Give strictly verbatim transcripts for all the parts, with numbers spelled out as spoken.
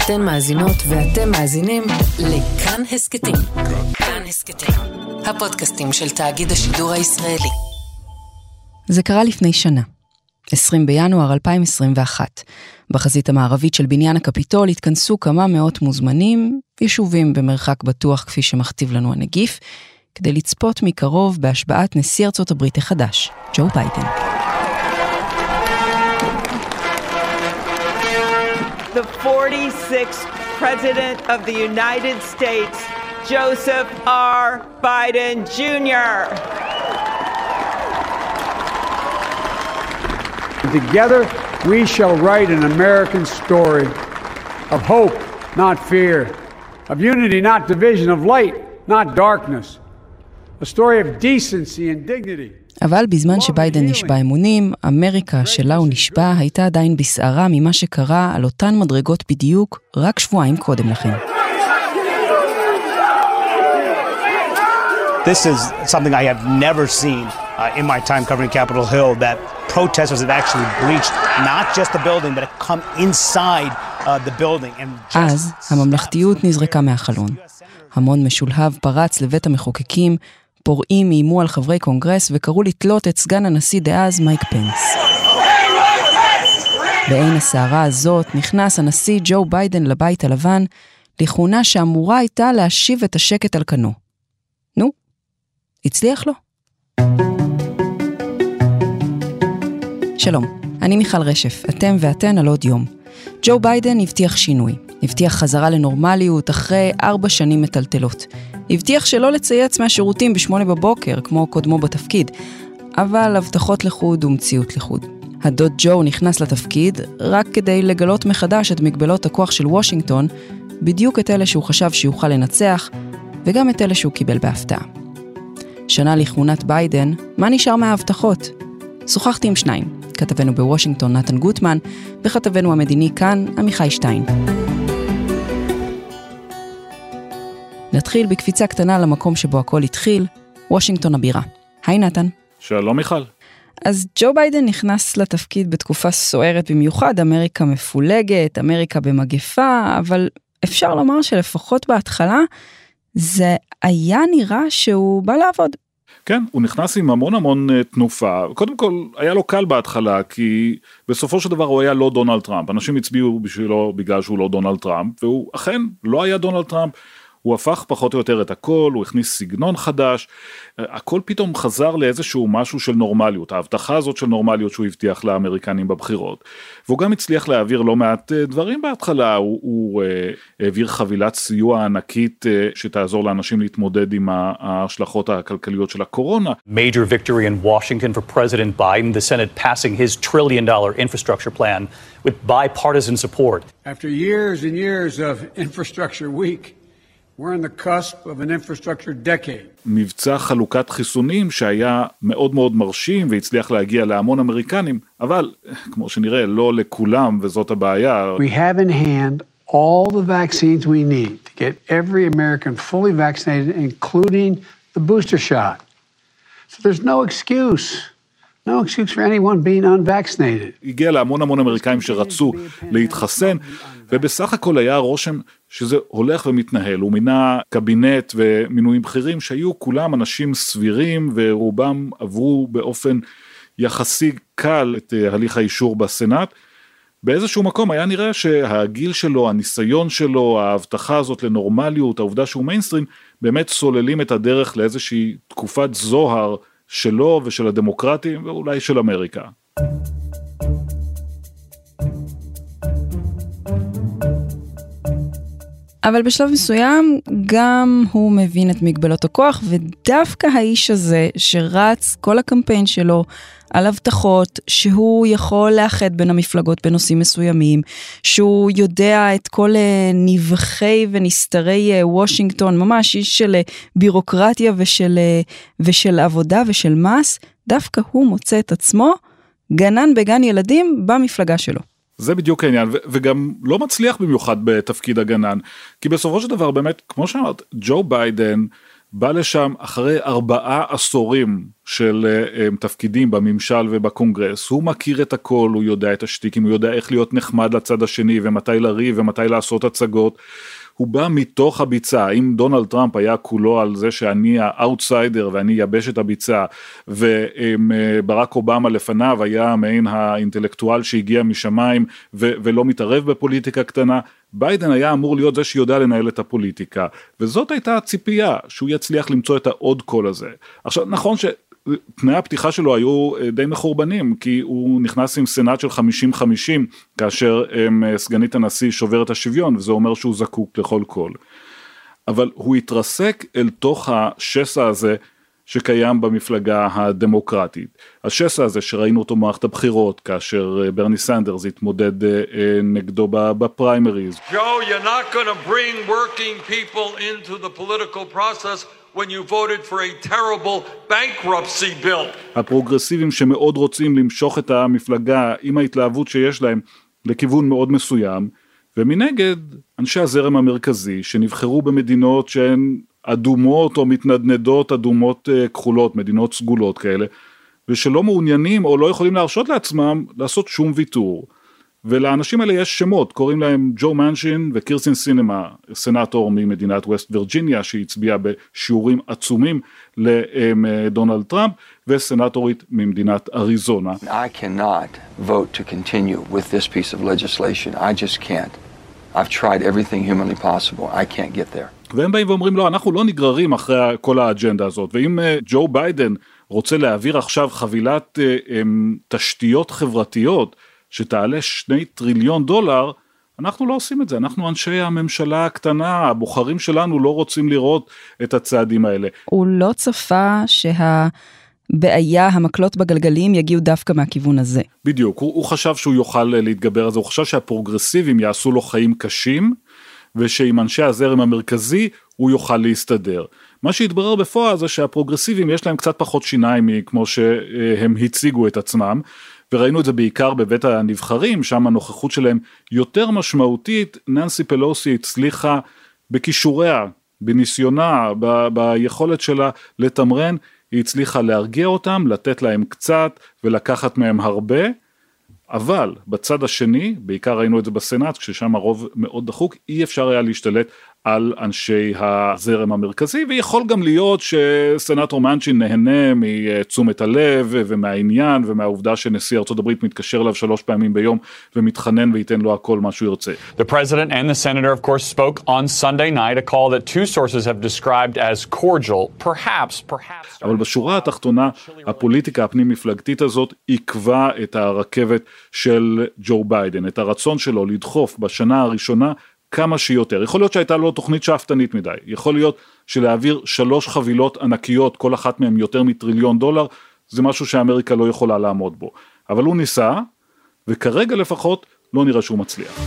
אתן מאזינות ואתם מאזינים לכאן הסקטים. כאן הסקטים, הפודקאסטים של תאגיד השידור הישראלי. זה קרה לפני שנה, עשרים בינואר אלפיים עשרים ואחת. בחזית המערבית של בניין הקפיטול התכנסו כמה מאות מוזמנים, יישובים במרחק בטוח כפי שמכתיב לנו הנגיף, כדי לצפות מקרוב בהשבעת נשיא ארצות הברית החדש, ג'ו ביידן. The forty-sixth President of the United States, Joseph R. Biden Junior Together, we shall write an American story of hope, not fear, of unity, not division, of light, not darkness, a story of decency and dignity. אבל בזמן שביידן נשבע אמונים, אמריקה שלה הוא נשבע הייתה עדיין בסערה ממה שקרה על אותן מדרגות בדיוק רק שבועיים קודם לכן. This is something I have never seen uh, in my time covering Capitol Hill, that protesters have actually breached not just the building, but have come inside uh, the building. And אז הממלכתיות נזרקה מהחלון. המון משולהב פרץ לבית המחוקקים, פורעים איימו על חברי קונגרס וקראו לתלות את סגן הנשיא דאז מייק פנס. בעין הסערה הזאת נכנס הנשיא ג'ו ביידן לבית הלבן, לכהונה שאמורה הייתה להשיב את השקט על כנו. נו, הצליח לו. שלום, אני מיכל רשף, אתם ואתן על עוד יום. ג'ו ביידן הבטיח שינוי, הבטיח חזרה לנורמליות אחרי ארבע שנים מטלטלות. הבטיח שלא לצייץ מהשירותים בשמונה בבוקר, כמו קודמו בתפקיד, אבל הבטחות לחוד ומציאות לחוד. הדוד ג'ו נכנס לתפקיד רק כדי לגלות מחדש את מגבלות הכוח של וושינגטון, בדיוק את אלה שהוא חשב שיוכל לנצח, וגם את אלה שהוא קיבל בהפתעה. שנה לכהונת ביידן, מה נשאר מההבטחות? שוחחתי עם שניים, כתבנו בוושינגטון נתן גוטמן, וכתבנו המדיני כאן עמיחי שטיין. נתחיל בקפיצה קטנה למקום שבו הכל התחיל, וושינגטון הבירה. היי נתן. שלום מיכל. אז ג'ו ביידן נכנס לתפקיד בתקופה סוערת במיוחד, אמריקה מפולגת, אמריקה במגפה, אבל אפשר לומר שלפחות בהתחלה, זה היה נראה שהוא בא לעבוד. כן, הוא נכנס עם המון המון תנופה. קודם כל, היה לו קל בהתחלה, כי בסופו של דבר הוא היה לא דונלד טראמפ. אנשים הצביעו בשבילו בגלל שהוא לא דונלד טראמפ, והוא אכן לא היה דונלד טראמפ. הוא הפך פחות או יותר את הכל, הוא הכניס סגנון חדש, הכל פתאום חזר לאיזשהו משהו של נורמליות, ההבטחה הזאת של נורמליות שהוא הבטיח לאמריקנים בבחירות, והוא גם הצליח להעביר לא מעט דברים בהתחלה, הוא, הוא העביר חבילת סיוע ענקית שתעזור לאנשים להתמודד עם ההשלכות הכלכליות של הקורונה. Major victory in Washington for President Biden, the Senate passing his trillion dollar infrastructure plan with bipartisan support. After years and years of infrastructure week, we're on the cusp of an infrastructure decade. מבצע חלוקת חיסונים שהיה מאוד מאוד מרשים והצליח להגיע להמון אמריקנים, אבל כמו שנראה לא לכולם וזאת הבעיה. We have in hand all the vaccines we need to get every American fully vaccinated, including the booster shot. So there's no excuse. No excuse for anyone being unvaccinated. הגיע להמון המון אמריקאים שרצו להתחסן, ובסך הכל היה רושם שזה הולך ומתנהל. הוא מינה קבינט ומינויים בכירים שהיו כולם אנשים סבירים, ורובם עברו באופן יחסי קל את הליך האישור בסנאט. באיזשהו מקום היה נראה שהגיל שלו, הניסיון שלו, ההבטחה הזאת לנורמליות, העובדה שהוא מיינסטרים, באמת סוללים את הדרך לאיזושהי תקופת זוהר שלו ושל הדמוקרטים, ואולי של אמריקה. אבל בשלב מסוים גם הוא מבין את מגבלות הכוח, ודווקא האיש הזה שרץ כל הקמפיין שלו על הבטחות שהוא יכול לאחד בין המפלגות בנושאים מסוימים, שהוא יודע את כל נבחי ונסתרי וושינגטון, ממש איש של בירוקרטיה ושל, ושל עבודה ושל מס, דווקא הוא מוצא את עצמו גנן בגן ילדים במפלגה שלו. זה בדיוק העניין, ו- וגם לא מצליח במיוחד בתפקיד הגנן, כי בסופו של דבר באמת, כמו שאמרת, ג'ו ביידן בא לשם אחרי ארבעה עשורים של um, תפקידים בממשל ובקונגרס, הוא מכיר את הכל, הוא יודע את השטיקים, הוא יודע איך להיות נחמד לצד השני, ומתי לריב ומתי לעשות הצגות, הוא בא מתוך הביצה. אם דונלד טראמפ היה כולו על זה שאני האוטסיידר ואני יבש את הביצה, וברק אובמה לפניו היה מעין האינטלקטואל שהגיע משמיים ו- ולא מתערב בפוליטיקה קטנה, ביידן היה אמור להיות זה שיודע לנהל את הפוליטיקה, וזאת הייתה הציפייה, שהוא יצליח למצוא את העוד קול הזה. עכשיו, נכון שתנאי הפתיחה שלו היו די מחורבנים, כי הוא נכנס עם סנאט של חמישים חמישים, כאשר סגנית הנשיא שוברת השוויון, וזה אומר שהוא זקוק לכל קול. אבל הוא התרסק אל תוך השסע הזה, שקיים במפלגה הדמוקרטית. השסע הזה שראינו אותו במערכת הבחירות, כאשר ברני סנדרס התמודד נגדו בפריימריז. Joe, you're not going to bring working people into the political process when you voted for a terrible bankruptcy bill. הפרוגרסיבים שמאוד רוצים למשוך את המפלגה עם ההתלהבות שיש להם לכיוון מאוד מסוים, ומנגד אנשי הזרם המרכזי שנבחרו במדינות שהן אדומות או מתנדנדות, אדומות כחולות, מדינות סגולות כאלה, ושלא מעוניינים או לא יכולים להרשות לעצמם לעשות שום ויתור. ולאנשים האלה יש שמות, קוראים להם ג'ו מנשין וקירסטין סינמה, סנאטור ממדינת ווסט וירג'יניה, שהצביע בשיעורים עצומים לדונלד טראמפ, וסנאטורית ממדינת אריזונה. I cannot vote to continue with this piece of legislation. I just can't. I've tried everything humanly possible. I can't get there. והם באים ואומרים לו, אנחנו לא נגררים אחרי כל האג'נדה הזאת, ואם ג'ו ביידן רוצה להעביר עכשיו חבילת תשתיות חברתיות, שתעלה שני טריליון דולר, אנחנו לא עושים את זה, אנחנו אנשי הממשלה הקטנה, הבוחרים שלנו לא רוצים לראות את הצעדים האלה. הוא לא צפה שהבעיה, המקלות בגלגלים יגיעו דווקא מהכיוון הזה. בדיוק, הוא, הוא חשב שהוא יוכל להתגבר על זה, הוא חשב שהפרוגרסיבים יעשו לו חיים קשים, ושעם אנשי הזרם המרכזי הוא יוכל להסתדר. מה שהתברר בפועל זה שהפרוגרסיבים יש להם קצת פחות שיניים כמו שהם הציגו את עצמם, וראינו את זה בעיקר בבית הנבחרים, שם הנוכחות שלהם יותר משמעותית. ננסי פלוסי הצליחה בכישוריה, בניסיונה, ב- ביכולת שלה לתמרן, היא הצליחה להרגיע אותם, לתת להם קצת ולקחת מהם הרבה, אבל בצד השני, בעיקר ראינו את זה בסנאט, כששם הרוב מאוד דחוק, אי אפשר היה להשתלט על אנשי הזרם המרכזי, ויכול גם להיות שסנאטור מנצ'ין נהנה מתשומת הלב ומהעניין, ומהעובדה שנשיא ארצות הברית מתקשר אליו שלוש פעמים ביום, ומתחנן וייתן לו הכל מה שהוא ירצה. The president and the senator of course spoke on Sunday night, a call that two sources have described as cordial, perhaps, perhaps. אבל בשורה התחתונה, הפוליטיקה הפנים מפלגתית הזאת עיכבה את הרכבת של ג'ו ביידן, את הרצון שלו לדחוף בשנה הראשונה כמה שיותר. יכול להיות שהייתה לו תוכנית שאפתנית מדי, יכול להיות שלהעביר שלוש חבילות ענקיות, כל אחת מהן יותר מטריליון דולר, זה משהו שאמריקה לא יכולה לעמוד בו. אבל הוא ניסה, וכרגע לפחות לא נראה שהוא מצליח.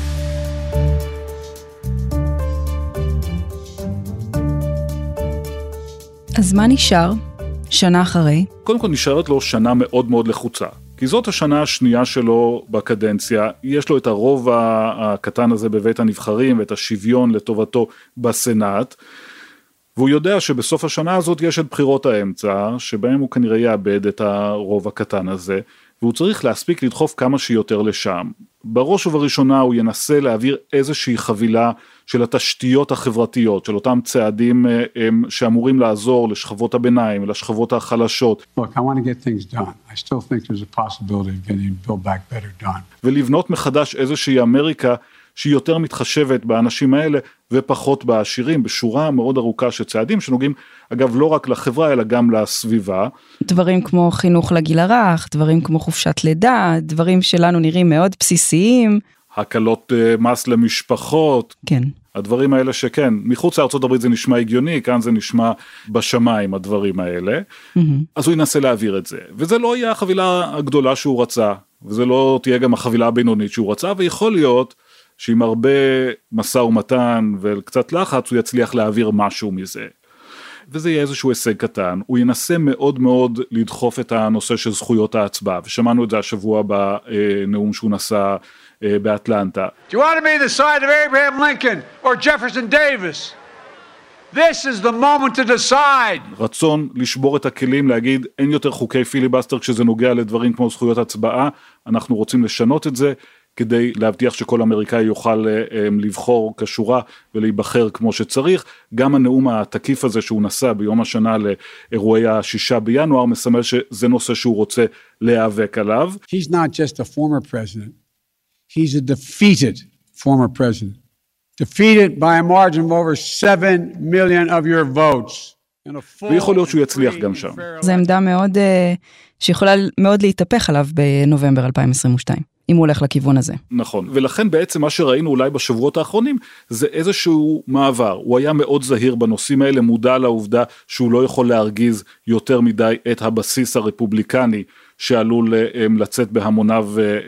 אז מה נשאר? שנה אחרי? קודם כל נשארת לו שנה מאוד מאוד לחוצה. כי זאת השנה השנייה שלו בקדנציה, יש לו את הרוב הקטן הזה בבית הנבחרים, ואת השוויון לטובתו בסנאט, והוא יודע שבסוף השנה הזאת יש את בחירות האמצע, שבהם הוא כנראה יאבד את הרוב הקטן הזה, והוא צריך להספיק לדחוף כמה שיותר לשם. בראש ובראשונה הוא ינסה להעביר איזושהי חבילה של התשתיות החברתיות, של אותם צעדים הם, שאמורים לעזור לשכבות הביניים, לשכבות החלשות. Look, I want to get things done. I still think there's a possibility of getting Build Back Better done. ולבנות מחדש איזושהי אמריקה שהיא יותר מתחשבת באנשים האלה ופחות בעשירים, בשורה מאוד ארוכה של צעדים שנוגעים, אגב, לא רק לחברה, אלא גם לסביבה. דברים כמו חינוך לגיל הרך, דברים כמו חופשת לידה, דברים שלנו נראים מאוד בסיסיים. הקלות מס למשפחות. כן. הדברים האלה שכן, מחוץ לארצות הברית זה נשמע הגיוני, כאן זה נשמע בשמיים הדברים האלה. Mm-hmm. אז הוא ינסה להעביר את זה. וזה לא יהיה החבילה הגדולה שהוא רצה, וזה לא תהיה גם החבילה הבינונית שהוא רצה, ויכול להיות שעם הרבה מסע ומתן וקצת לחץ הוא יצליח להעביר משהו מזה. וזה יהיה איזשהו הישג קטן. הוא ינסה מאוד מאוד לדחוף את הנושא של זכויות ההצבעה, ושמענו את זה השבוע בנאום שהוא נשא באטלנטה. Do you want to be the side of Abraham Lincoln or Jefferson Davis? This is the moment to decide. רצון לשבור את הכלים, להגיד אין יותר חוקי פיליבסטר כשזה נוגע לדברים כמו זכויות הצבעה, אנחנו רוצים לשנות את זה כדי להבטיח שכל אמריקאי יוכל לבחור כשורה ולהיבחר כמו שצריך. גם הנאום התקיף הזה שהוא נשא ביום השנה לאירועי השישה בינואר מסמל שזה נושא שהוא רוצה להיאבק עליו. He's not just a former president. He's a defeated former president. Defeated by a margin of over seven million of your votes. ויכול להיות שהוא יצליח גם שם. זו עמדה מאוד, שיכולה מאוד להתהפך עליו בנובמבר אלפיים עשרים ושתיים, אם הוא הולך לכיוון הזה. נכון, ולכן בעצם מה שראינו אולי בשבועות האחרונים, זה איזשהו מעבר. הוא היה מאוד זהיר בנושאים האלה, מודע לעובדה שהוא לא יכול להרגיז יותר מדי את הבסיס הרפובליקני, שעלול לצאת בהמוניו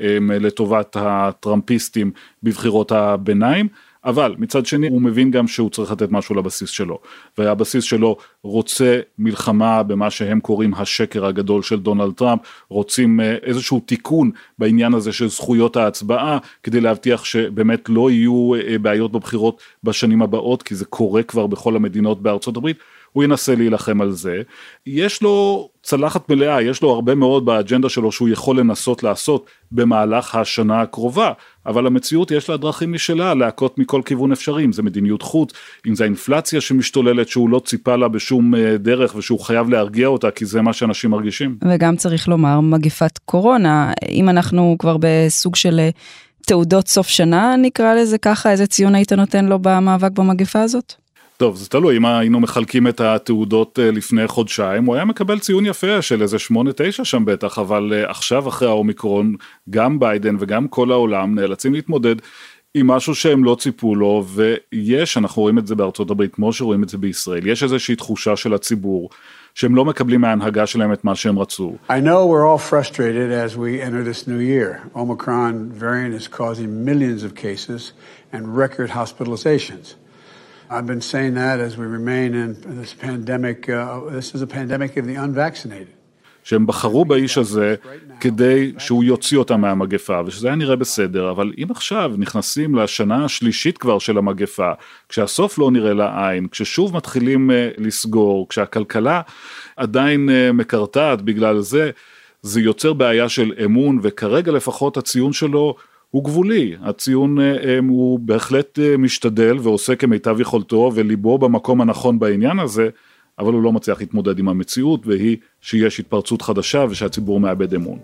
לטובת הטראמפיסטים בבחירות הביניים, אבל מצד שני הוא מבין גם שהוא צריך לתת משהו לבסיס שלו, והבסיס שלו רוצה מלחמה במה שהם קוראים השקר הגדול של דונלד טראמפ, רוצים איזשהו תיקון בעניין הזה של זכויות ההצבעה, כדי להבטיח שבאמת לא יהיו בעיות בבחירות בשנים הבאות, כי זה קורה כבר בכל המדינות בארצות הברית. הוא ינסה להילחם על זה, יש לו צלחת מלאה, יש לו הרבה מאוד באג'נדה שלו שהוא יכול לנסות לעשות במהלך השנה הקרובה, אבל המציאות יש לה דרכים משלה להכות מכל כיוון אפשרי, אם זה מדיניות חוץ, אם זה האינפלציה שמשתוללת שהוא לא ציפה לה בשום דרך ושהוא חייב להרגיע אותה, כי זה מה שאנשים מרגישים. וגם צריך לומר מגפת קורונה, אם אנחנו כבר בסוג של תעודות סוף שנה, נקרא לזה ככה, איזה ציון היית נותן לו במאבק במגפה הזאת? טוב, זה תלוי, אם היינו מחלקים את התעודות לפני חודשיים, הוא היה מקבל ציון יפה של איזה שמונה תשע שם בטח, אבל עכשיו אחרי האומיקרון, גם ביידן וגם כל העולם נאלצים להתמודד עם משהו שהם לא ציפו לו, ויש, אנחנו רואים את זה בארצות הברית, כמו שרואים את זה בישראל, יש איזושהי תחושה של הציבור, שהם לא מקבלים מההנהגה שלהם את מה שהם רצו. I know we're all frustrated as we enter this new year. Omicron variant is causing millions of cases and record hospitalizations. I've been saying that as we remain in this pandemic, uh, this is a pandemic of the unvaccinated. שהם בחרו באיש הזה כדי שהוא יוציא אותם מהמגפה, ושזה היה נראה בסדר, אבל אם עכשיו נכנסים לשנה השלישית כבר של המגפה, כשהסוף לא נראה לעין, כששוב מתחילים לסגור, כשהכלכלה עדיין מקרטעת בגלל זה, זה יוצר בעיה של אמון, וכרגע לפחות הציון שלו הוא גבולי, הציון הוא בהחלט משתדל ועושה כמיטב יכולתו וליבו במקום הנכון בעניין הזה, אבל הוא לא מצליח להתמודד עם המציאות, והיא שיש התפרצות חדשה ושהציבור מאבד אמון.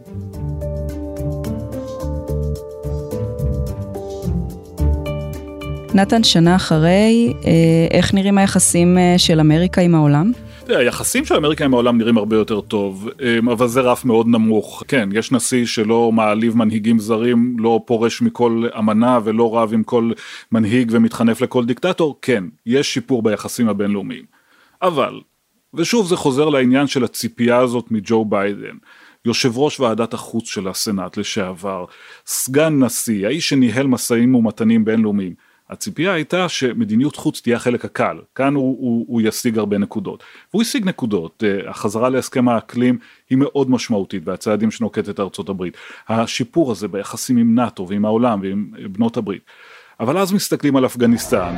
נתן, שנה אחרי, איך נראים היחסים של אמריקה עם העולם? היחסים של אמריקה עם העולם נראים הרבה יותר טוב, אבל זה רף מאוד נמוך. כן, יש נשיא שלא מעליב מנהיגים זרים, לא פורש מכל אמנה ולא רב עם כל מנהיג ומתחנף לכל דיקטטור. כן, יש שיפור ביחסים הבינלאומיים. אבל, ושוב זה חוזר לעניין של הציפייה הזאת מג'ו ביידן, יושב ראש ועדת החוץ של הסנאט לשעבר, סגן נשיא, האיש שניהל משאים ומתנים בינלאומיים, הציפייה הייתה שמדיניות חוץ תהיה החלק הקל, כאן הוא, הוא, הוא ישיג הרבה נקודות, והוא ישיג נקודות, החזרה להסכם האקלים היא מאוד משמעותית, והצעדים שנוקטת ארצות הברית, השיפור הזה ביחסים עם נאטו ועם העולם ועם בנות הברית, אבל אז מסתכלים על אפגניסטן,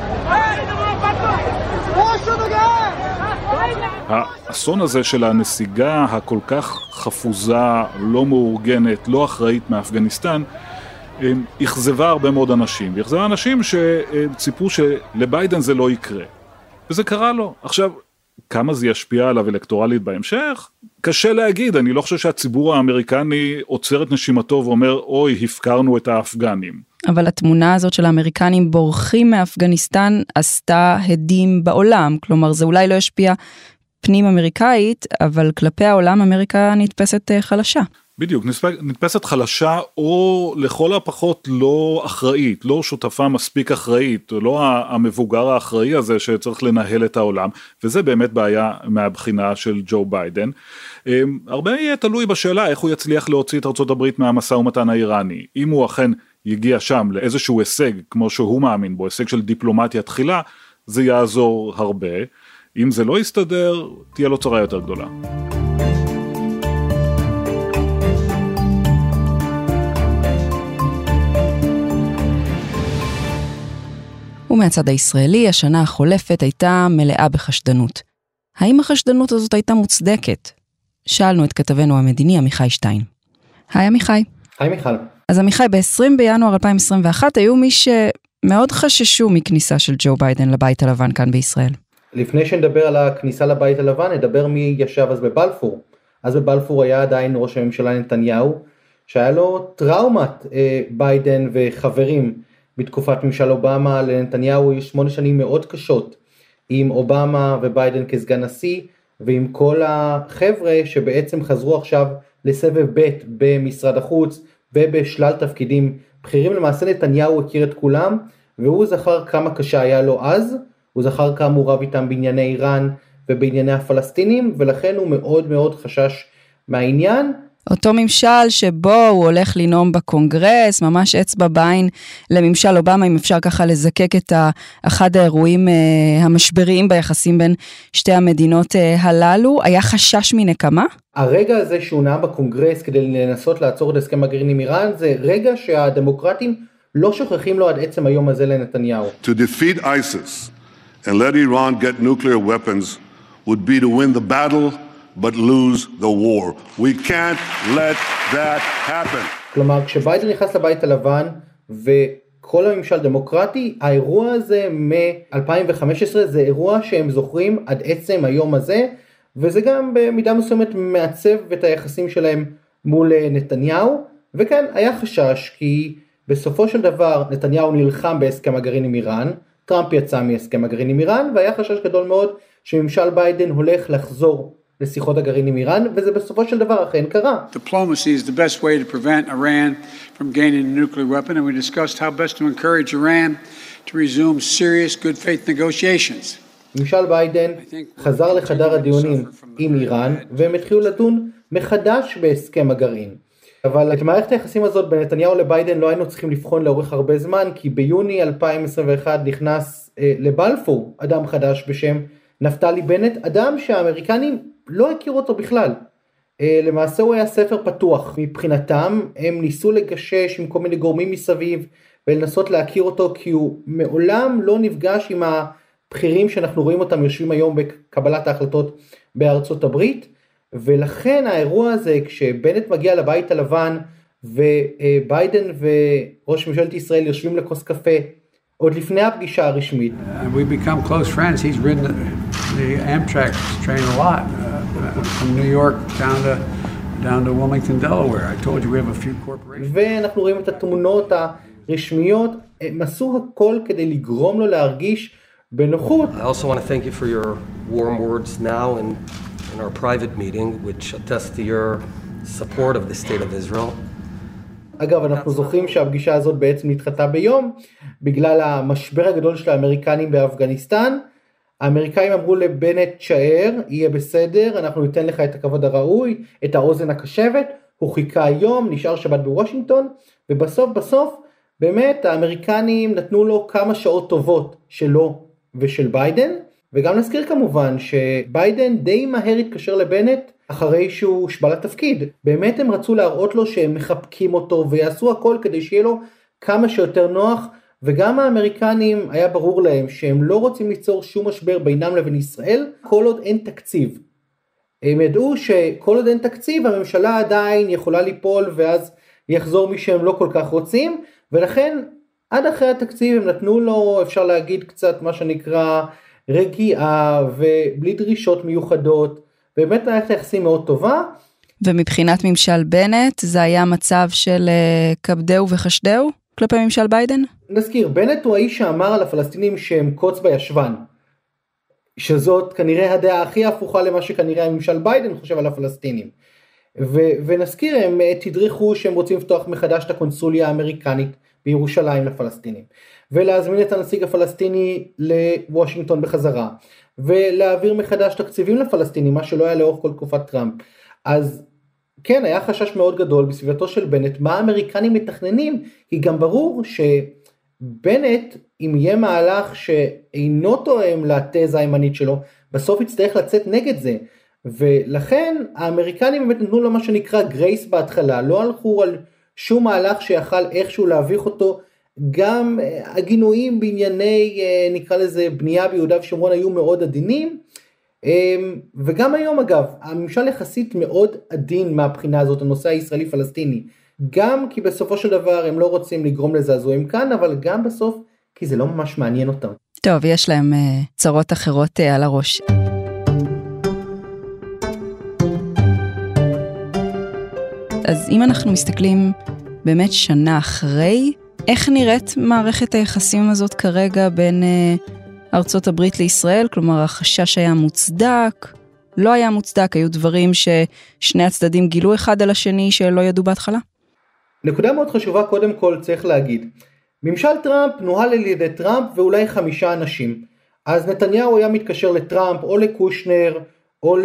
האסון הזה של הנסיגה הכל כך חפוזה, לא מאורגנת, לא אחראית מאפגניסטן, אכזבה הרבה מאוד אנשים, ואכזבה אנשים שציפו שלביידן זה לא יקרה, וזה קרה לו. עכשיו, כמה זה ישפיע עליו אלקטורלית בהמשך? קשה להגיד, אני לא חושב שהציבור האמריקני עוצר את נשימתו ואומר, אוי, הפקרנו את האפגנים. אבל התמונה הזאת של האמריקנים בורחים מאפגניסטן עשתה הדים בעולם, כלומר זה אולי לא ישפיע פנים אמריקאית, אבל כלפי העולם אמריקה נתפסת חלשה. בדיוק, נתפסת חלשה או לכל הפחות לא אחראית, לא שותפה מספיק אחראית, לא המבוגר האחראי הזה שצריך לנהל את העולם, וזה באמת בעיה מהבחינה של ג'ו ביידן. הרבה יהיה תלוי בשאלה איך הוא יצליח להוציא את ארצות הברית מהמשא ומתן האיראני, אם הוא אכן יגיע שם לאיזשהו הישג כמו שהוא מאמין בו, הישג של דיפלומטיה תחילה, זה יעזור הרבה, אם זה לא יסתדר, תהיה לו צרה יותר גדולה. ומהצד הישראלי, השנה החולפת הייתה מלאה בחשדנות. האם החשדנות הזאת הייתה מוצדקת? שאלנו את כתבנו המדיני עמיחי שטיין. היי עמיחי. היי מיכל. אז עמיחי, ב-עשרים בינואר אלפיים עשרים ואחת היו מי שמאוד חששו מכניסה של ג'ו ביידן לבית הלבן כאן בישראל. לפני שנדבר על הכניסה לבית הלבן, נדבר מי ישב אז בבלפור. אז בבלפור היה עדיין ראש הממשלה נתניהו, שהיה לו טראומת אה, ביידן וחברים בתקופת ממשל אובמה. לנתניהו יש שמונה שנים מאוד קשות, עם אובמה וביידן כסגן נשיא, ועם כל החבר'ה שבעצם חזרו עכשיו לסבב ב' במשרד החוץ, ובשלל תפקידים בכירים. למעשה נתניהו הכיר את כולם, והוא זכר כמה קשה היה לו אז, הוא זכר כמה הוא רב איתם בענייני איראן ובענייני הפלסטינים, ולכן הוא מאוד מאוד חשש מהעניין. אותו ממשל שבו הוא הולך לנאום בקונגרס, ממש אצבע בעין לממשל אובמה, אם אפשר ככה לזקק את אחד האירועים המשבריים ביחסים בין שתי המדינות הללו, היה חשש מנקמה? הרגע הזה שהוא נאם בקונגרס כדי לנסות לעצור את הסכם הגרעין עם איראן, זה רגע שהדמוקרטים לא שוכחים לו עד עצם היום הזה לנתניהו. To defeat ISIS and let Iran get nuclear weapons would be to win the battle but lose the war. We can't let that happen. כלומר, כשביידן נכנס לבית הלבן וכל הממשל דמוקרטי, האירוע הזה מ-אלפיים וחמש עשרה זה אירוע שהם זוכרים עד עצם היום הזה, וזה גם במידה מסוימת מעצב את היחסים שלהם מול נתניהו. וכן, היה חשש כי בסופו של דבר נתניהו נלחם בהסכם הגרעין עם איראן, טראמפ יצא מהסכם הגרעין עם איראן, והיה חשש גדול מאוד שממשל ביידן הולך לחזור לשיחות הגרעין עם איראן, וזה בסופו של דבר אכן קרה. Diplomacy is the best way to prevent Iran from gaining a nuclear weapon, and we discussed how best to encourage Iran to resume serious good faith negotiations. ממשל ביידן חזר לחדר הדיונים עם איראן, והם התחילו לדון מחדש בהסכם הגרעין. אבל את מערכת היחסים הזאת בין נתניהו לביידן לא היינו צריכים לבחון לאורך הרבה זמן, כי ביוני אלפיים עשרים ואחת נכנס אה, לבלפור אדם חדש בשם נפתלי בנט, אדם שהאמריקנים לא הכירו אותו בכלל. אה, למעשה הוא היה ספר פתוח מבחינתם, הם ניסו לגשש עם כל מיני גורמים מסביב ולנסות להכיר אותו, כי הוא מעולם לא נפגש עם הבכירים שאנחנו רואים אותם יושבים היום בקבלת ההחלטות בארצות הברית. ולכן האירוע הזה, כשבנט מגיע לבית הלבן, וביידן וראש ממשלת ישראל יושבים לכוס קפה, עוד לפני הפגישה הרשמית. Uh, we become close friends. He's ridden the, the Amtrak train a lot, uh, from New York down to, down to Wilmington, Delaware. I told you we have a few corporations. ואנחנו רואים את התמונות הרשמיות, הם עשו הכל כדי לגרום לו להרגיש בנוחות. I also want to thank you for your warm words now and in our private meeting, which attests to your support of the state of Israel. אגב, אנחנו זוכרים שהפגישה הזאת בעצם נדחתה ביום, בגלל המשבר הגדול של האמריקנים באפגניסטן. האמריקאים אמרו לבנט, שער, יהיה בסדר, אנחנו ניתן לך את הכבוד הראוי, את האוזן הקשבת. הוא חיכה היום, נשאר שבת בוושינגטון, ובסוף בסוף, באמת, האמריקנים נתנו לו כמה שעות טובות שלו ושל ביידן, וגם נזכיר כמובן שביידן די מהר התקשר לבנט אחרי שהוא הושבע לתפקיד. באמת הם רצו להראות לו שהם מחבקים אותו ויעשו הכל כדי שיהיה לו כמה שיותר נוח, וגם האמריקנים היה ברור להם שהם לא רוצים ליצור שום משבר בינם לבין ישראל כל עוד אין תקציב. הם ידעו שכל עוד אין תקציב הממשלה עדיין יכולה ליפול ואז יחזור מי שהם לא כל כך רוצים, ולכן עד אחרי התקציב הם נתנו לו, אפשר להגיד קצת מה שנקרא רגיעה ובלי דרישות מיוחדות, באמת מערכת היחסים מאוד טובה. ומבחינת ממשל בנט זה היה מצב של כבדהו וחשדהו כלפי ממשל ביידן? נזכיר, בנט הוא האיש שאמר על הפלסטינים שהם קוץ בישבן, שזאת כנראה הדעה הכי הפוכה למה שכנראה הממשל ביידן חושב על הפלסטינים. ו- ונזכיר, הם תדריכו שהם רוצים לפתוח מחדש את הקונסוליה האמריקנית בירושלים לפלסטינים, ולהזמין את הנציג הפלסטיני לוושינגטון בחזרה, ולהעביר מחדש תקציבים לפלסטינים, מה שלא היה לאורך כל תקופת טראמפ. אז כן, היה חשש מאוד גדול בסביבתו של בנט, מה האמריקנים מתכננים, כי גם ברור שבנט, אם יהיה מהלך שאינו תואם לתזה הימנית שלו, בסוף יצטרך לצאת נגד זה, ולכן האמריקנים באמת נתנו לו מה שנקרא גרייס בהתחלה, לא הלכו על שום מהלך שיכל איכשהו להביך אותו גם הגינויים בענייני, נקרא לזה, בנייה ביהודה ושומרון היו מאוד עדינים, וגם היום אגב, הממשל יחסית מאוד עדין מהבחינה הזאת, הנושא הישראלי-פלסטיני, גם כי בסופו של דבר הם לא רוצים לגרום לזעזועים כאן, אבל גם בסוף כי זה לא ממש מעניין אותם. טוב, יש להם uh, צרות אחרות uh, על הראש. אז אם אנחנו מסתכלים באמת שנה אחרי, איך נראית מערכת היחסים הזאת כרגע בין uh, ארצות הברית לישראל? כלומר, החשש היה מוצדק, לא היה מוצדק, היו דברים ששני הצדדים גילו אחד על השני שלא ידעו בהתחלה? נקודה מאוד חשובה, קודם כל צריך להגיד, ממשל טראמפ נוהל על ידי טראמפ ואולי חמישה אנשים, אז נתניהו היה מתקשר לטראמפ או לקושנר או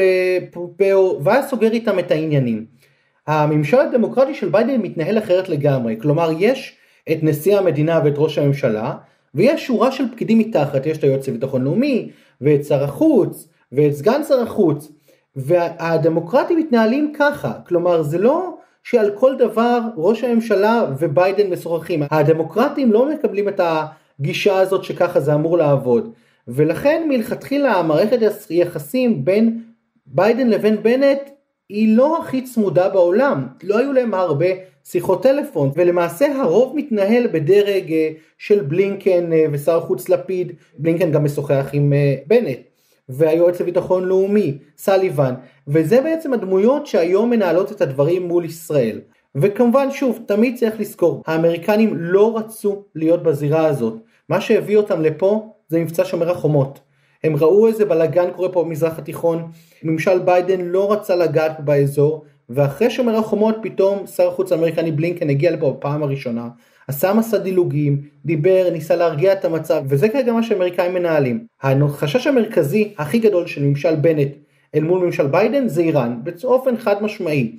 לפופאו והיה סוגר איתם את העניינים. הממשל הדמוקרטי של ביידן מתנהל אחרת לגמרי, כלומר יש את נשיא המדינה ואת ראש הממשלה, ויש שורה של פקידים מתחת, יש את היועץ לביטחון לאומי ואת שר החוץ ואת סגן שר החוץ, והדמוקרטים מתנהלים ככה, כלומר זה לא שעל כל דבר ראש הממשלה וביידן משוחחים. הדמוקרטים לא מקבלים את הגישה הזאת שככה זה אמור לעבוד. ולכן מלכתחילה המערכת היחסים בין ביידן לבין בנט היא לא הכי צמודה בעולם. לא היו להם הרבה שיחות טלפון. ולמעשה הרוב מתנהל בדרג של בלינקן ושר החוץ לפיד. בלינקן גם משוחח עם בנט. והיועץ לביטחון לאומי, סליבן, וזה בעצם הדמויות שהיום מנהלות את הדברים מול ישראל. וכמובן שוב, תמיד צריך לזכור, האמריקנים לא רצו להיות בזירה הזאת. מה שהביא אותם לפה זה מבצע שומר החומות. הם ראו איזה בלגן קורה פה במזרח התיכון, ממשל ביידן לא רצה לגעת באזור, ואחרי שומר החומות פתאום שר החוץ האמריקני בלינקן הגיע לפה בפעם הראשונה, עשה מסע דילוגים, דיבר, ניסה להרגיע את המצב, וזה כרגע מה שאמריקאים מנהלים. החשש המרכזי הכי גדול של ממשל בנט אל מול ממשל ביידן זה איראן, באופן חד משמעי,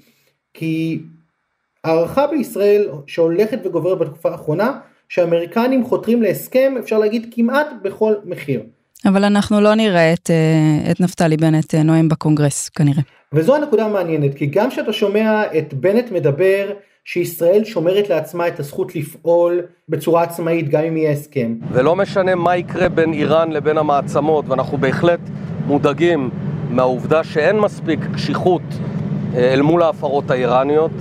כי הערכה בישראל שהולכת וגוברת בתקופה האחרונה, שהאמריקנים חותרים להסכם, אפשר להגיד כמעט בכל מחיר. אבל אנחנו לא נראה את, את נפתלי בנט נואם בקונגרס כנראה. וזו הנקודה המעניינת, כי גם שאתה שומע את בנט מדבר, שישראל שומרת לעצמה את הזכות לפעול בצורה עצמאית גם אם יהיה הסכם. ולא משנה מה יקרה בין איראן לבין המעצמות, ואנחנו בהחלט מודאגים מהעובדה שאין מספיק קשיחות אל מול ההפרות האיראניות,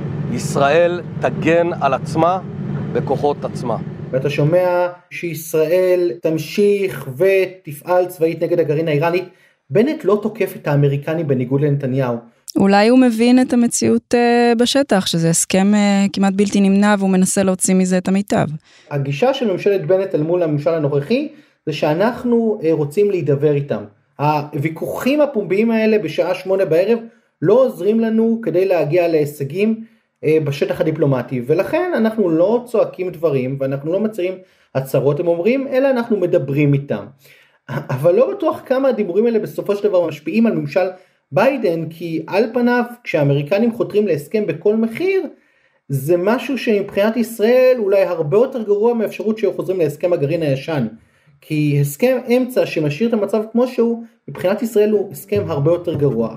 ישראל תגן על עצמה בכוחות עצמה. ואתה שומע שישראל תמשיך ותפעל צבאית נגד הגרעין האיראני, בנט לא תוקף את האמריקנים בניגוד לנתניהו. אולי הוא מבין את המציאות uh, בשטח, שזה הסכם uh, כמעט בלתי נמנע, והוא מנסה להוציא מזה את המיטב. הגישה של ממשלת בנט אל מול הממשל הנוכחי, זה שאנחנו uh, רוצים להידבר איתם. הוויכוחים הפומביים האלה בשעה שמונה בערב, לא עוזרים לנו כדי להגיע להישגים uh, בשטח הדיפלומטי, ולכן אנחנו לא צועקים דברים, ואנחנו לא מצרים הצהרות, הם אומרים, אלא אנחנו מדברים איתם. אבל לא בטוח כמה הדיבורים האלה בסופו של דבר משפיעים על ממשל ביידן, כי על פניו כשהאמריקנים חותרים להסכם בכל מחיר, זה משהו שמבחינת ישראל אולי הרבה יותר גרוע מאפשרות שהם חוזרים להסכם הגרעין הישן, כי הסכם אמצע שמשאיר את המצב כמו שהוא, מבחינת ישראל הוא הסכם הרבה יותר גרוע.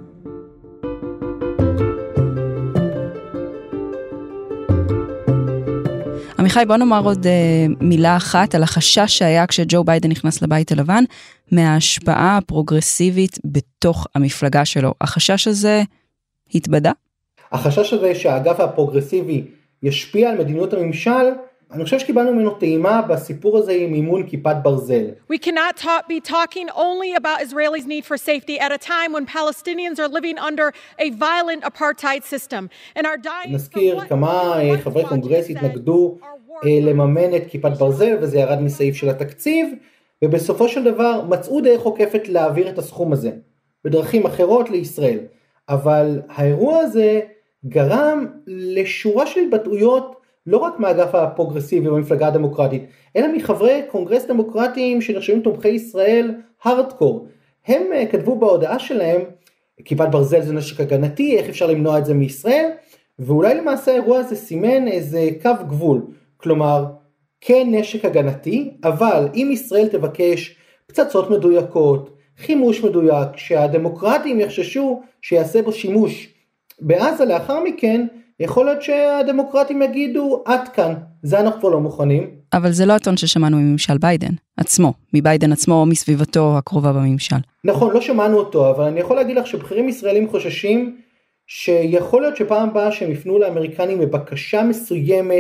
עמיחי, בוא נאמר עוד uh, מילה אחת על החשש שהיה כשג'ו ביידן נכנס לבית הלבן, מההשפעה הפרוגרסיבית בתוך המפלגה שלו. החשש הזה התבדה? החשש הזה שהאגף הפרוגרסיבי ישפיע על מדיניות הממשל, אני חושב שקיבלנו ממנו טעימה בסיפור הזה עם מימון כיפת ברזל. We cannot ta- be talking only about Israelis' need for safety at a time when Palestinians are living under a violent apartheid system and are dying. נזכיר כמה חברי קונגרס התנגדו לממן את כיפת ברזל, וזה ירד מסעיף של התקציב, ובסופו של דבר מצאו דרך עוקפת להעביר את הסכום הזה בדרכים אחרות לישראל. אבל האירוע הזה גרם לשורה של התבטאויות לא רק מהאגף הפרוגרסיבי במפלגה הדמוקרטית, אלא מחברי קונגרס דמוקרטיים שנחשבים תומכי ישראל הארדקור. הם כתבו בהודעה שלהם, כיפת ברזל זה נשק הגנתי, איך אפשר למנוע את זה מישראל, ואולי למעשה האירוע הזה סימן איזה קו גבול, כלומר, כן נשק הגנתי, אבל אם ישראל תבקש פצצות מדויקות, חימוש מדויק, שהדמוקרטים יחששו שיעשה בו שימוש בעזה לאחר מכן, יכול להיות שהדמוקרטים יגידו עד כאן, זה אנחנו כבר לא מוכנים. אבל זה לא הטון ששמענו מממשל ביידן עצמו, מביידן עצמו או מסביבתו הקרובה בממשל. נכון, לא שמענו אותו, אבל אני יכול להגיד לך שבכירים ישראלים חוששים שיכול להיות שפעם הבאה שהם יפנו לאמריקנים בבקשה מסוימת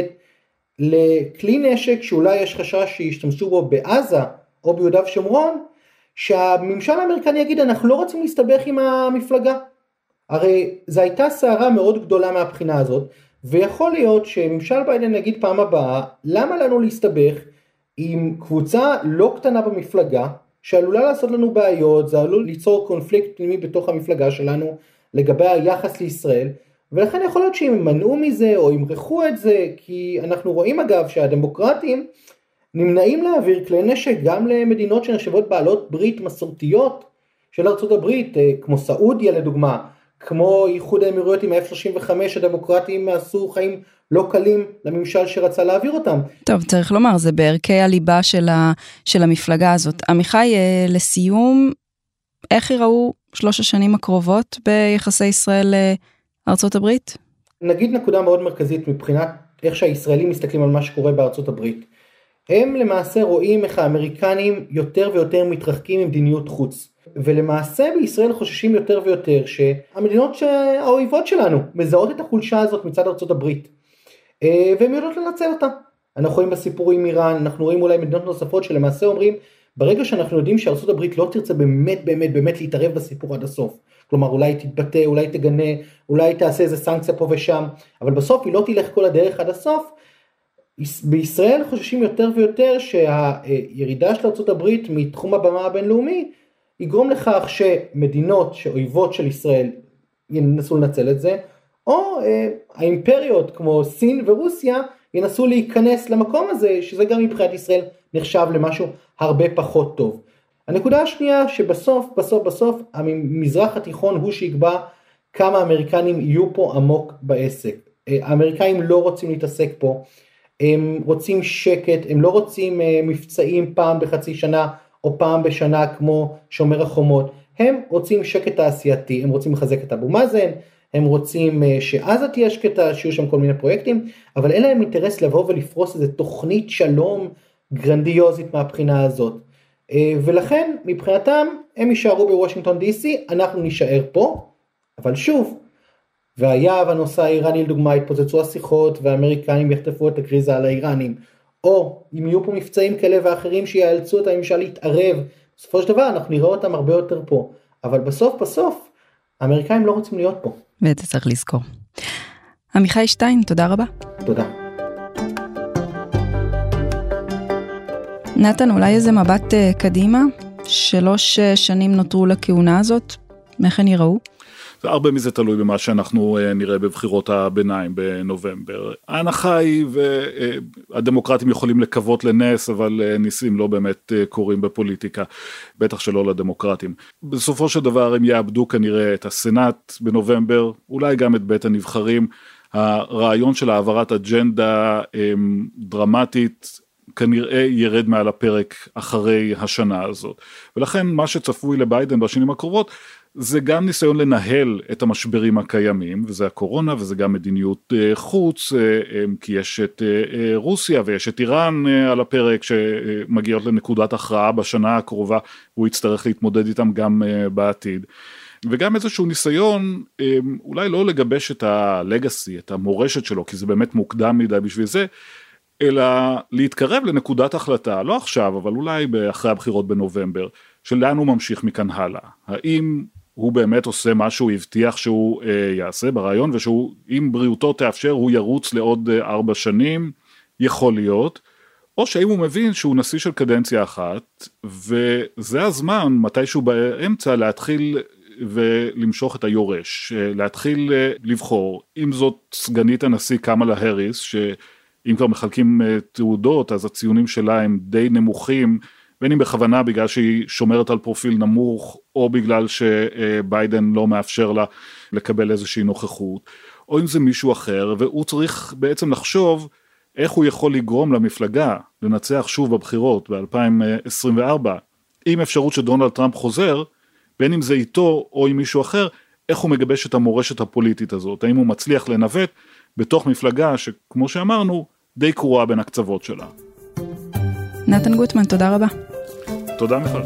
לכלי נשק שאולי יש חשש שישתמשו בו בעזה או ביהודה ושומרון, שהממשל האמריקני יגיד אנחנו לא רוצים להסתבך עם המפלגה. הרי זו הייתה סערה מאוד גדולה מהבחינה הזאת, ויכול להיות שממשל ביידן יגיד פעם הבאה, למה לנו להסתבך עם קבוצה לא קטנה במפלגה, שעלולה לעשות לנו בעיות, זה עלול ליצור קונפליקט פנימי בתוך המפלגה שלנו, לגבי היחס לישראל, ולכן יכול להיות שהם מנעו מזה, או ימרחו את זה, כי אנחנו רואים אגב שהדמוקרטים נמנעים להעביר כלי נשק, גם למדינות שנחשבות בעלות ברית מסורתיות של ארצות הברית, כמו סעודיה לדוגמה, כמו איחוד האמירויות עם ה-אף שלושים וחמש, הדמוקרטים עשו חיים לא קלים לממשל שרצה להעביר אותם. טוב, צריך לומר, זה בערכי הליבה של, ה, של המפלגה הזאת. עמיחי, לסיום, איך יראו שלוש השנים הקרובות ביחסי ישראל לארצות הברית? נגיד נקודה מאוד מרכזית מבחינת איך שהישראלים מסתכלים על מה שקורה בארצות הברית. הם למעשה רואים איך האמריקנים יותר ויותר מתרחקים ממדיניות חוץ. ולמעשה בישראל חוששים יותר ויותר שהמדינות האויבות שלנו מזהות את החולשה הזאת מצד ארצות הברית. והן יודעות לנצל אותה. אנחנו רואים בסיפור עם איראן, אנחנו רואים אולי מדינות נוספות שלמעשה אומרים, ברגע שאנחנו יודעים שארצות הברית לא תרצה באמת באמת באמת להתערב בסיפור עד הסוף. כלומר אולי תתבטא, אולי תגנה, אולי תעשה איזה סנקציה פה ושם, אבל בסוף היא לא תלך כל הדרך עד הסוף. בישראל חוששים יותר ויותר שהירידה של ארצות הברית מתחום הבמה הבינלאומי, יגרום לכך שמדינות שאויבות של ישראל ינסו לנצל את זה, או אה, האימפריות כמו סין ורוסיה ינסו להיכנס למקום הזה, שזה גם מבחינת ישראל נחשב למשהו הרבה פחות טוב. הנקודה השנייה שבסוף, בסוף, בסוף, המזרח התיכון הוא שיקבע כמה אמריקנים יהיו פה עמוק בעסק. האמריקאים לא רוצים להתעסק פה, הם רוצים שקט, הם לא רוצים אה, מבצעים פעם בחצי שנה, או פעם בשנה כמו שומר החומות, הם רוצים שקט תעשייתי, הם רוצים לחזק את אבו מאזן, הם רוצים שעזה תהיה שקטה, שיהיו שם כל מיני פרויקטים, אבל אין להם אינטרס לבוא ולפרוס איזו תוכנית שלום גרנדיוזית מהבחינה הזאת, ולכן מבחינתם הם יישארו בוושינגטון די סי, אנחנו נשאר פה, אבל שוב, והיה והנושא האיראני לדוגמה, התפוצצו השיחות והאמריקאים יחטפו את הקריזה על האיראנים, או אם יהיו פה מבצעים כאלה ואחרים שיאלצו את הממשל להתערב, בסופו של דבר אנחנו נראה אותם הרבה יותר פה, אבל בסוף בסוף האמריקאים לא רוצים להיות פה. ואת זה צריך לזכור. עמיחי שטיין, תודה רבה. תודה. נתן, אולי איזה מבט uh, קדימה, שלוש uh, שנים נותרו לכהונה הזאת, איך הן יראו? זה הרבה מזה תלוי במה שאנחנו נראה בבחירות הביניים בנובמבר. ההנחה היא, והדמוקרטים יכולים לקוות לנס, אבל ניסים לא באמת קורים בפוליטיקה, בטח שלא לדמוקרטים. בסופו של דבר הם יאבדו כנראה את הסנאט בנובמבר, אולי גם את בית הנבחרים. הרעיון של העברת אג'נדה דרמטית, כנראה ירד מעל הפרק אחרי השנה הזאת. ולכן מה שצפוי לביידן בשנים הקרובות, זה גם ניסיון לנהל את המשברים הקיימים, וזה הקורונה, וזה גם מדיניות חוץ, כי יש את רוסיה ויש את איראן על הפרק, שמגיעות לנקודת הכרעה בשנה הקרובה, הוא יצטרך להתמודד איתם גם בעתיד. וגם איזשהו ניסיון, אולי לא לגבש את הלגאסי, את המורשת שלו, כי זה באמת מוקדם מדי בשביל זה, אלא להתקרב לנקודת החלטה, לא עכשיו, אבל אולי אחרי הבחירות בנובמבר, שלאן הוא ממשיך מכאן הלאה. האם הוא באמת עושה מה שהוא הבטיח שהוא אה, יעשה ברעיון, ושהוא, אם בריאותו תאפשר, הוא ירוץ לעוד אה, ארבע שנים, יכול להיות, או שאם הוא מבין שהוא נשיא של קדנציה אחת, וזה הזמן, מתישהו באמצע, להתחיל ולמשוך את היורש, להתחיל אה, לבחור, אם זאת סגנית הנשיא קמאלה האריס, שאם כבר מחלקים אה, תעודות, אז הציונים שלה הם די נמוכים, בין אם בכוונה בגלל שהיא שומרת על פרופיל נמוך, או בגלל שביידן לא מאפשר לה לקבל איזושהי נוכחות, או אם זה מישהו אחר, והוא צריך בעצם לחשוב איך הוא יכול לגרום למפלגה לנצח שוב בבחירות ב-אלפיים עשרים וארבע, עם אפשרות שדונלד טראמפ חוזר, בין אם זה איתו או עם מישהו אחר, איך הוא מגבש את המורשת הפוליטית הזאת, האם הוא מצליח לנווט בתוך מפלגה שכמו שאמרנו, די קרועה בין הקצוות שלה. נתן גוטמן, תודה רבה. תודה מיכל.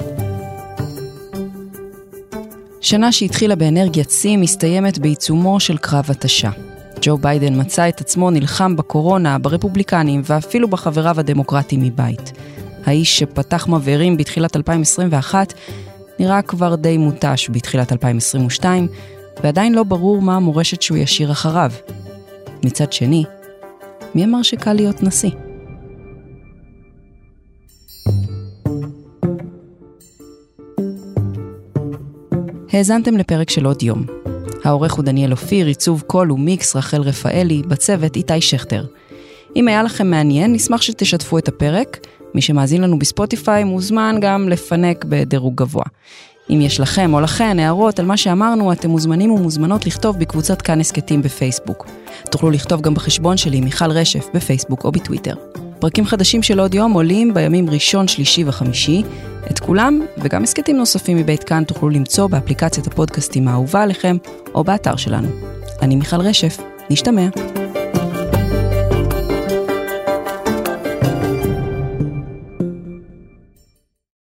שנה שהתחילה באנרגיית שיא מסתיימת בעיצומו של קרב התשה. ג'ו ביידן מצא את עצמו נלחם בקורונה, ברפובליקנים ואפילו בחבריו הדמוקרטיים מבית. האיש שפתח מבערים בתחילת אלפיים עשרים ואחת נראה כבר די מוטש בתחילת אלפיים עשרים ושתיים, ועדיין לא ברור מה המורשת שהוא ישיר אחריו. מצד שני, מי אמר שקל להיות נשיא? האזנתם לפרק של עוד יום. העורך הוא דניאל אופיר, עיצוב קול ומיקס רחל רפאלי, בצוות איתי שכטר. אם היה לכם מעניין, נשמח שתשתפו את הפרק. מי שמאזין לנו בספוטיפיי מוזמן גם לפנק בדירוג גבוה. אם יש לכם או לכן הערות על מה שאמרנו, אתם מוזמנים ומוזמנות לכתוב בקבוצת כאן הסקטים בפייסבוק. תוכלו לכתוב גם בחשבון שלי, מיכל רשף, בפייסבוק או בטוויטר. פרקים חדשים של עוד יום עולים בימים ראשון, שלישי וחמישי. את כולם וגם הסקטים נוספים מבית כאן תוכלו למצוא באפליקציית הפודקאסטים האהובה עליכם או באתר שלנו. אני מיכל רשף, נשתמע.